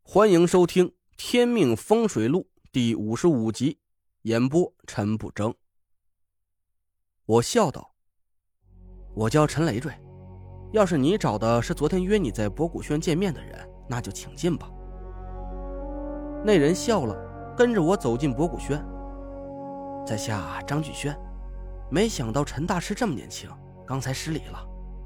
欢迎收听《天命风水录》第55集，演播陈不争。我笑道：“我叫陈累赘，要是你找的是昨天约你在博古轩见面的人，那就请进吧。”那人笑了，跟着我走进博古轩。在下张巨轩，没想到陈大师这么年轻，刚才失礼了。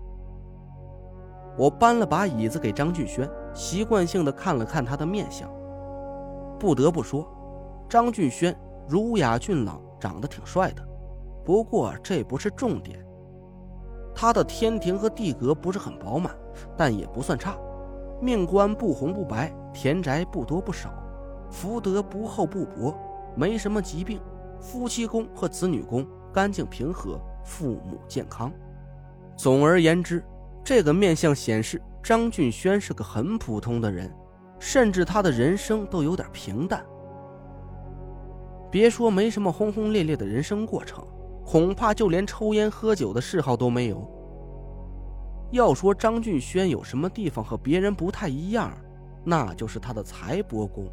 我搬了把椅子给张俊轩，习惯性地看了看他的面相。不得不说，张俊轩儒雅俊朗，长得挺帅的。不过这不是重点，他的天庭和地格不是很饱满，但也不算差。命官不红不白，田宅不多不少，福德不厚不薄，没什么疾病，夫妻宫和子女宫干净平和，父母健康。总而言之，这个面相显示张俊轩是个很普通的人，甚至他的人生都有点平淡。别说没什么轰轰烈烈的人生过程，恐怕就连抽烟喝酒的嗜好都没有。要说张俊轩有什么地方和别人不太一样，那就是他的财帛宫。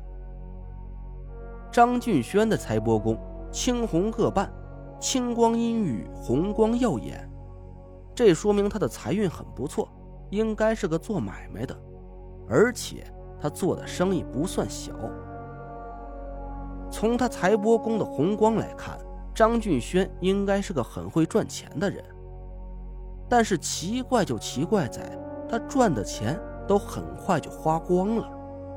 张俊轩的财帛宫青红各半，青光阴郁，红光耀眼，这说明他的财运很不错，应该是个做买卖的，而且他做的生意不算小。从他财帛宫的红光来看，张俊轩应该是个很会赚钱的人。但是奇怪就奇怪在他赚的钱都很快就花光了。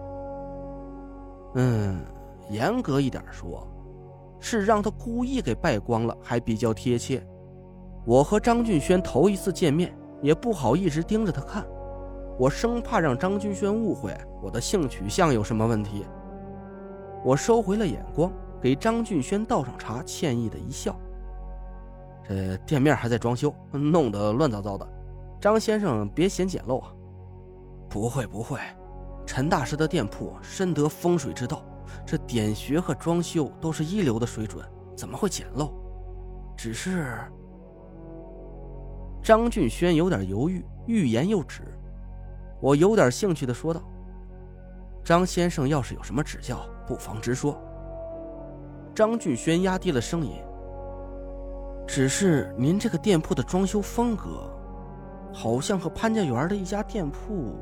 严格一点说，是让他故意给败光了还比较贴切。我和张俊轩头一次见面，也不好一直盯着他看，我生怕让张俊轩误会我的性取向有什么问题。我收回了眼光，给张俊轩倒上茶，歉意的一笑：“这店面还在装修，弄得乱糟糟的，张先生别嫌简陋啊。”“不会不会，陈大师的店铺深得风水之道，这点穴和装修都是一流的水准，怎么会简陋？只是……”张俊轩有点犹豫，欲言又止。我有点兴趣地说道：“张先生要是有什么指教，不妨直说。”张俊轩压低了声音：“只是您这个店铺的装修风格，好像和潘家园的一家店铺，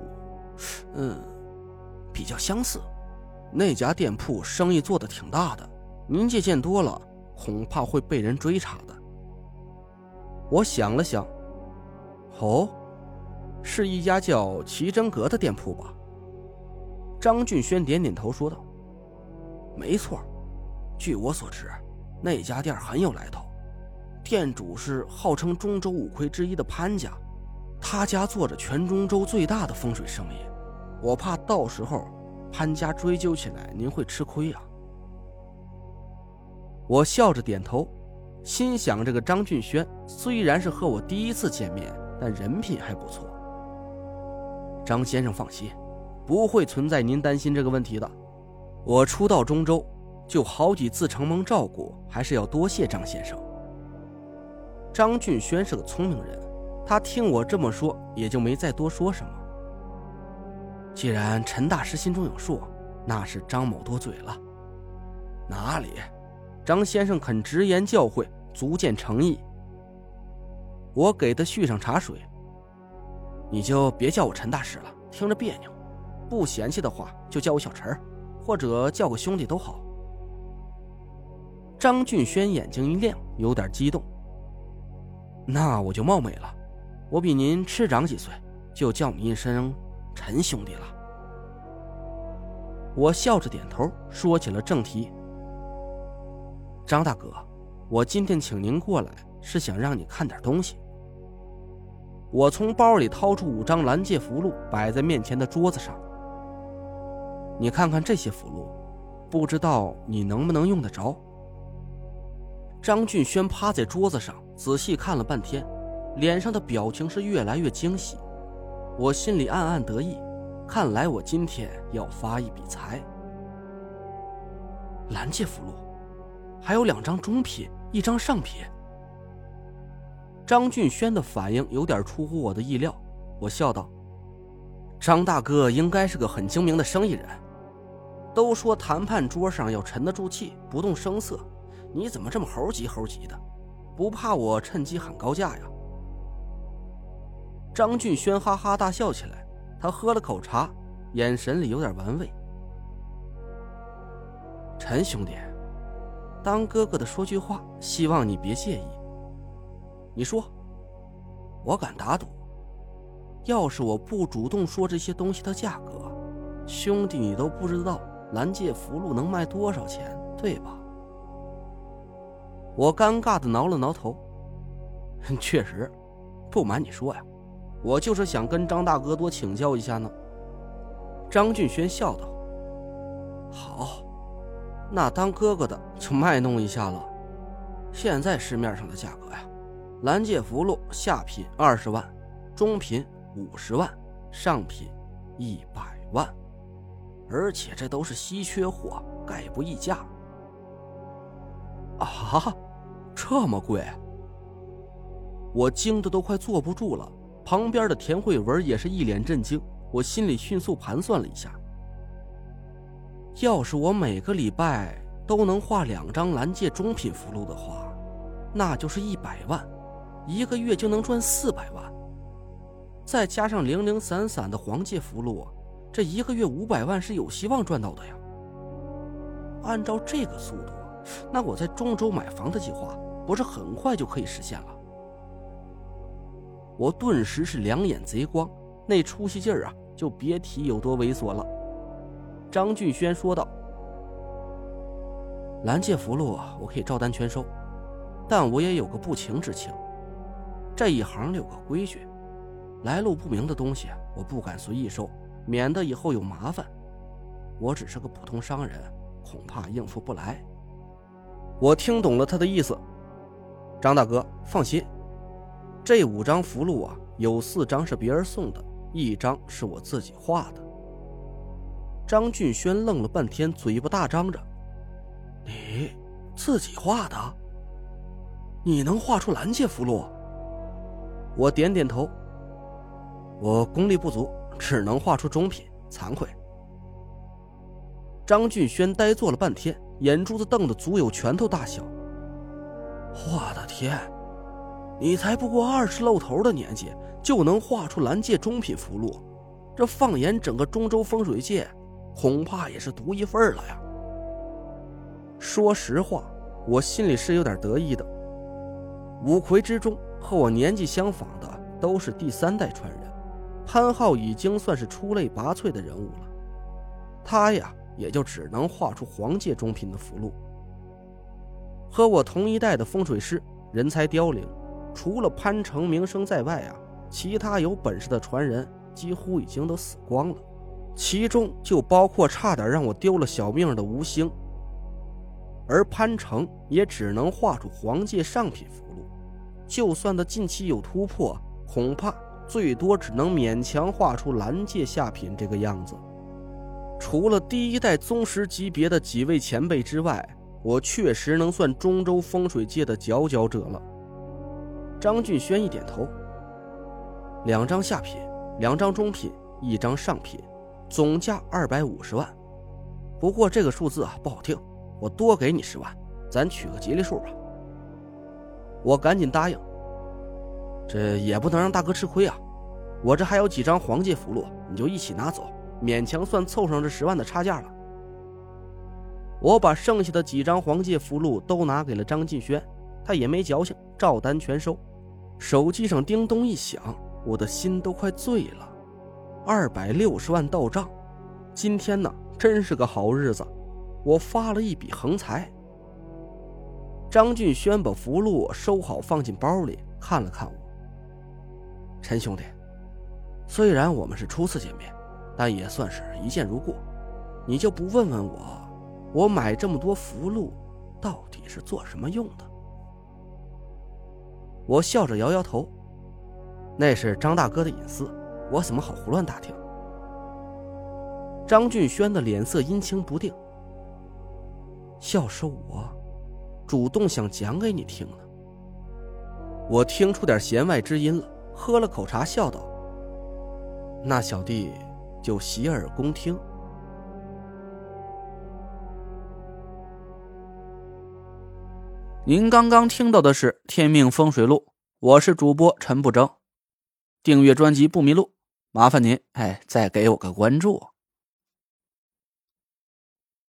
比较相似。那家店铺生意做得挺大的，您借见多了，恐怕会被人追查的。”我想了想：“哦，是一家叫齐真阁的店铺吧？”张俊轩点点头说道：“没错，据我所知，那家店很有来头，店主是号称中州五魁之一的潘家，他家做着全中州最大的风水生意，我怕到时候潘家追究起来您会吃亏啊。”我笑着点头，心想这个张俊轩虽然是和我第一次见面，但人品还不错。张先生放心，不会存在您担心这个问题的。我初到中州就好几次承蒙照顾，还是要多谢张先生。张俊轩是个聪明人，他听我这么说也就没再多说什么。既然陈大师心中有数，那是张某多嘴了。哪里，张先生肯直言教诲，足见诚意。我给他续上茶水：“你就别叫我陈大师了，听着别扭，不嫌弃的话就叫我小陈，或者叫个兄弟都好。”张俊轩眼睛一亮，有点激动：“那我就冒昧了，我比您迟长几岁，就叫你一声陈兄弟了。”我笑着点头，说起了正题：“张大哥，我今天请您过来，是想让你看点东西。”我从包里掏出5张蓝界符箓，摆在面前的桌子上：“你看看这些符箓，不知道你能不能用得着？”张俊轩趴在桌子上仔细看了半天，脸上的表情是越来越惊喜。我心里暗暗得意，看来我今天要发一笔财。蓝界符箓，还有2张中品，1张上品。张俊轩的反应有点出乎我的意料，我笑道：“张大哥应该是个很精明的生意人， 都说谈判桌上要沉得住气，不动声色，你怎么这么猴急的？不怕我趁机喊高价呀？”张俊轩哈哈大笑起来，他喝了口茶，眼神里有点玩味。“陈兄弟，当哥哥的说句话，希望你别介意。你说，我敢打赌，要是我不主动说这些东西的价格，兄弟你都不知道蓝界符箓能卖多少钱，对吧？”我尴尬地挠了挠头。确实，不瞒你说呀，我就是想跟张大哥多请教一下呢。张俊轩笑道：“好，那当哥哥的就卖弄一下了。现在市面上的价格呀，蓝界符箓下品20万，中品50万，上品100万，而且这都是稀缺货，概不议价。”啊，这么贵？我惊得都快坐不住了。旁边的田慧文也是一脸震惊，我心里迅速盘算了一下，要是我每个礼拜都能画2张蓝界中品符箓的话，那就是100万，一个月就能赚400万，再加上零零散散的黄界符箓，这一个月500万是有希望赚到的呀。按照这个速度，那我在中州买房的计划不是很快就可以实现了？我顿时是两眼贼光，那出息劲儿啊，就别提有多猥琐了。张俊轩说道：“蓝界符箓我可以照单全收，但我也有个不情之请。这一行有个规矩，来路不明的东西我不敢随意收，免得以后有麻烦。我只是个普通商人，恐怕应付不来。”我听懂了他的意思。张大哥放心，这5张符箓啊，有4张是别人送的，1张是我自己画的。张俊轩愣了半天，嘴巴大张着：“你自己画的？你能画出蓝界符箓？”我点点头：“我功力不足，只能画出中品，惭愧。”张俊轩呆坐了半天，眼珠子瞪得足有拳头大小。我的天，你才不过20露头的年纪，就能画出蓝界中品符箓，这放眼整个中州风水界，恐怕也是独一份了呀。说实话，我心里是有点得意的。五魁之中和我年纪相仿的都是第3代传人，潘浩已经算是出类拔萃的人物了，他呀也就只能画出黄界中品的符箓。和我同一代的风水师人才凋零，除了潘成名声在外啊，其他有本事的传人几乎已经都死光了，其中就包括差点让我丢了小命的吴兴。而潘成也只能画出黄界上品符箓，就算他近期有突破，恐怕最多只能勉强画出蓝界下品这个样子。除了第1代宗师级别的几位前辈之外，我确实能算中州风水界的佼佼者了。张俊轩一点头：2张下品，2张中品，1张上品，总价250万。不过这个数字啊不好听，我多给你10万，咱取个吉利数吧。我赶紧答应，这也不能让大哥吃亏啊，我这还有几张黄界符箓，你就一起拿走，勉强算凑上这10万的差价了。我把剩下的几张黄界符箓都拿给了张进轩，他也没矫情，照单全收。手机上叮咚一响，我的心都快醉了。260万到账，今天呢真是个好日子，我发了一笔横财。张俊轩把符箓收好放进包里，看了看我：“陈兄弟，虽然我们是初次见面，但也算是一见如故，你就不问问我买这么多符箓到底是做什么用的？”我笑着摇摇头：“那是张大哥的隐私，我怎么好胡乱打听？”张俊轩的脸色阴晴不定：“要是我主动想讲给你听呢？”我听出点弦外之音了，喝了口茶笑道：“那小弟就洗耳恭听。” 您刚刚听到的是《天命风水录》，我是主播陈不争。订阅专辑不迷路，麻烦您再给我个关注。